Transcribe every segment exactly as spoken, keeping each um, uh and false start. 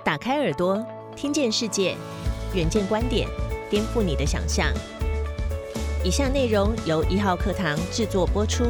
打开耳朵，听见世界，远见观点，颠覆你的想象。以下内容由一号课堂制作播出。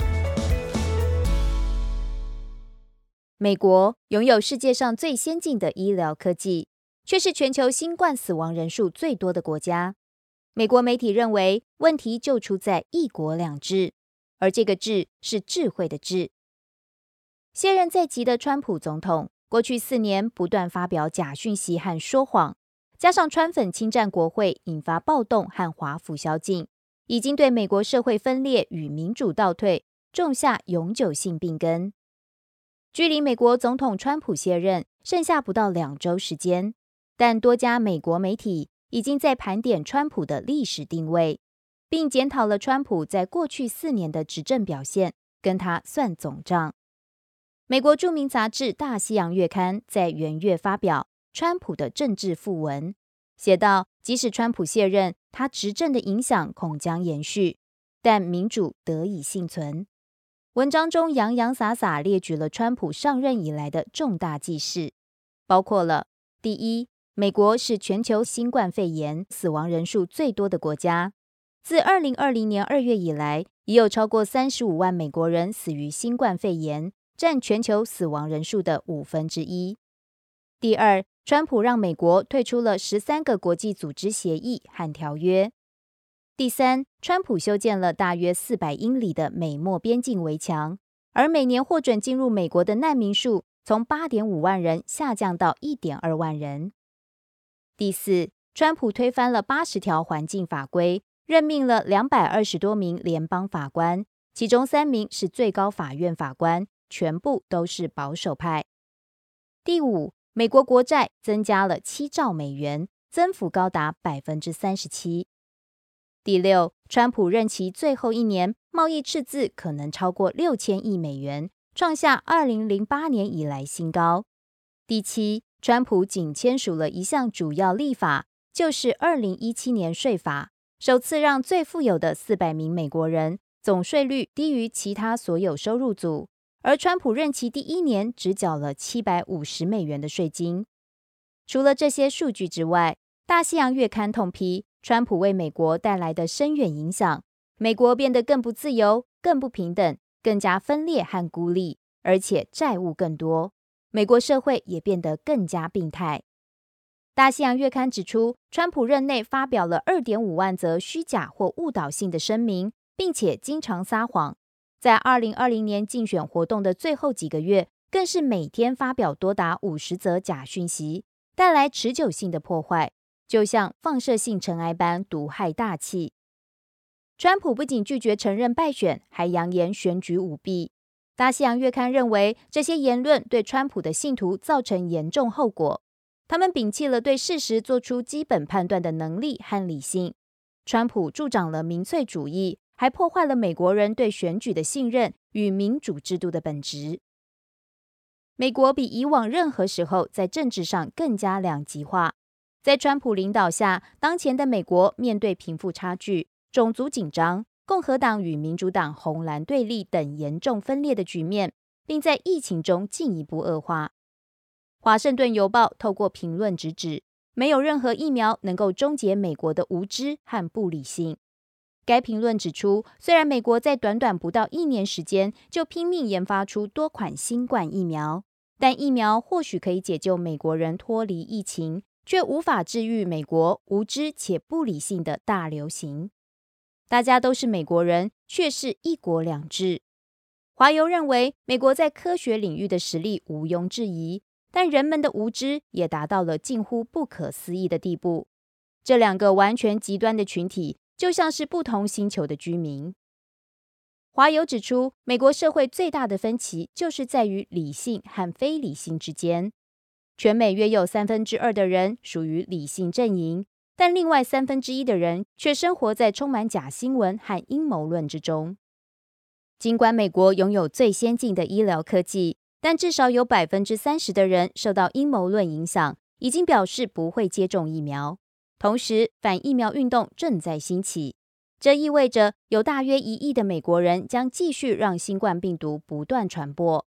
美国拥有世界上最先进的医疗科技，却是全球新冠死亡人数最多的国家。美国媒体认为，问题就出在一国两制，而这个制是智慧的智。卸任在即的川普总统，过去四年不断发表假讯息和说谎，加上川粉侵占国会，引发暴动和华府宵禁，已经对美国社会分裂与民主倒退种下永久性病根。距离美国总统川普卸任剩下不到两周时间，但多家美国媒体已经在盘点川普的历史定位，并检讨了川普在过去四年的执政表现，跟他算总账。美国著名杂志《大西洋月刊》在元月发表川普的政治讣文，写道，即使川普卸任，他执政的影响恐将延续，但民主得以幸存。文章中洋洋洒洒列举了川普上任以来的重大纪事，包括了第一，美国是全球新冠肺炎死亡人数最多的国家，自二零二零年二月以来，已有超过三十五万美国人死于新冠肺炎，占全球死亡人数的五分之一。第二，川普让美国退出了十三个国际组织协议和条约。第三，川普修建了大约四百英里的美墨边境围墙，而每年获准进入美国的难民数从 八点五万人下降到 一点二万人。第四，川普推翻了八十条环境法规，任命了两百二十多名联邦法官，其中三名是最高法院法官，全部都是保守派。第五，美国国债增加了七兆美元，增幅高达 百分之三十七。第六，川普任期最后一年，贸易赤字可能超过六千亿美元，创下二零零八年以来新高。第七，川普仅签署了一项主要立法，就是二零一七年税法，首次让最富有的四百名美国人总税率低于其他所有收入组，而川普任期第一年只缴了七百五十美元的税金。除了这些数据之外，大西洋月刊痛批川普为美国带来的深远影响，美国变得更不自由、更不平等、更加分裂和孤立，而且债务更多，美国社会也变得更加病态。大西洋月刊指出，川普任内发表了 二点五万则虚假或误导性的声明，并且经常撒谎。在二零二零年竞选活动的最后几个月，更是每天发表多达五十则假讯息，带来持久性的破坏，就像放射性尘埃般毒害大气。川普不仅拒绝承认败选，还扬言选举舞弊。大西洋月刊认为，这些言论对川普的信徒造成严重后果，他们摒弃了对事实做出基本判断的能力和理性。川普助长了民粹主义，还破坏了美国人对选举的信任与民主制度的本质。美国比以往任何时候在政治上更加两极化。在川普领导下，当前的美国面对贫富差距、种族紧张、共和党与民主党红蓝对立等严重分裂的局面，并在疫情中进一步恶化。华盛顿邮报透过评论直指，没有任何疫苗能够终结美国的无知和不理性。该评论指出，虽然美国在短短不到一年时间就拼命研发出多款新冠疫苗，但疫苗或许可以解救美国人脱离疫情，却无法治愈美国无知且不理性的大流行。大家都是美国人，却是一国两制。华邮认为，美国在科学领域的实力毋庸置疑，但人们的无知也达到了近乎不可思议的地步。这两个完全极端的群体，就像是不同星球的居民。华邮指出，美国社会最大的分歧就是在于理性和非理性之间。全美约有三分之二的人属于理性阵营，但另外三分之一的人却生活在充满假新闻和阴谋论之中。尽管美国拥有最先进的医疗科技，但至少有 百分之三十 的人受到阴谋论影响，已经表示不会接种疫苗。同时，反疫苗运动正在兴起，这意味着有大约一亿的美国人将继续让新冠病毒不断传播。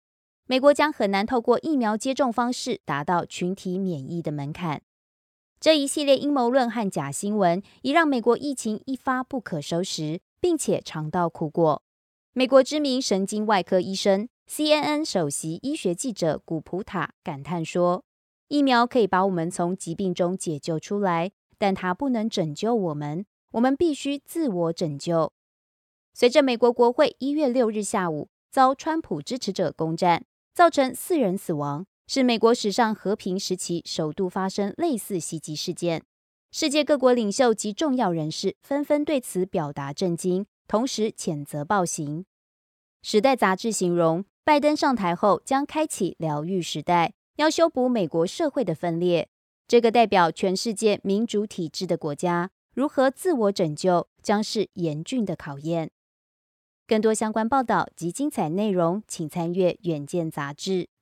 美国将很难透过疫苗接种方式达到群体免疫的门槛。这一系列阴谋论和假新闻已让美国疫情一发不可收拾，并且尝到苦果。美国知名神经外科医生 C N N 首席医学记者古普塔感叹说，疫苗可以把我们从疾病中解救出来，但它不能拯救我们，我们必须自我拯救。随着美国国会一月六日下午遭川普支持者攻占，造成四人死亡，是美国史上和平时期首度发生类似袭击事件。世界各国领袖及重要人士纷纷对此表达震惊，同时谴责暴行。时代杂志形容，拜登上台后将开启疗愈时代，要修补美国社会的分裂。这个代表全世界民主体制的国家，如何自我拯救，将是严峻的考验。更多相关报道及精彩内容，请参阅《远见》杂志。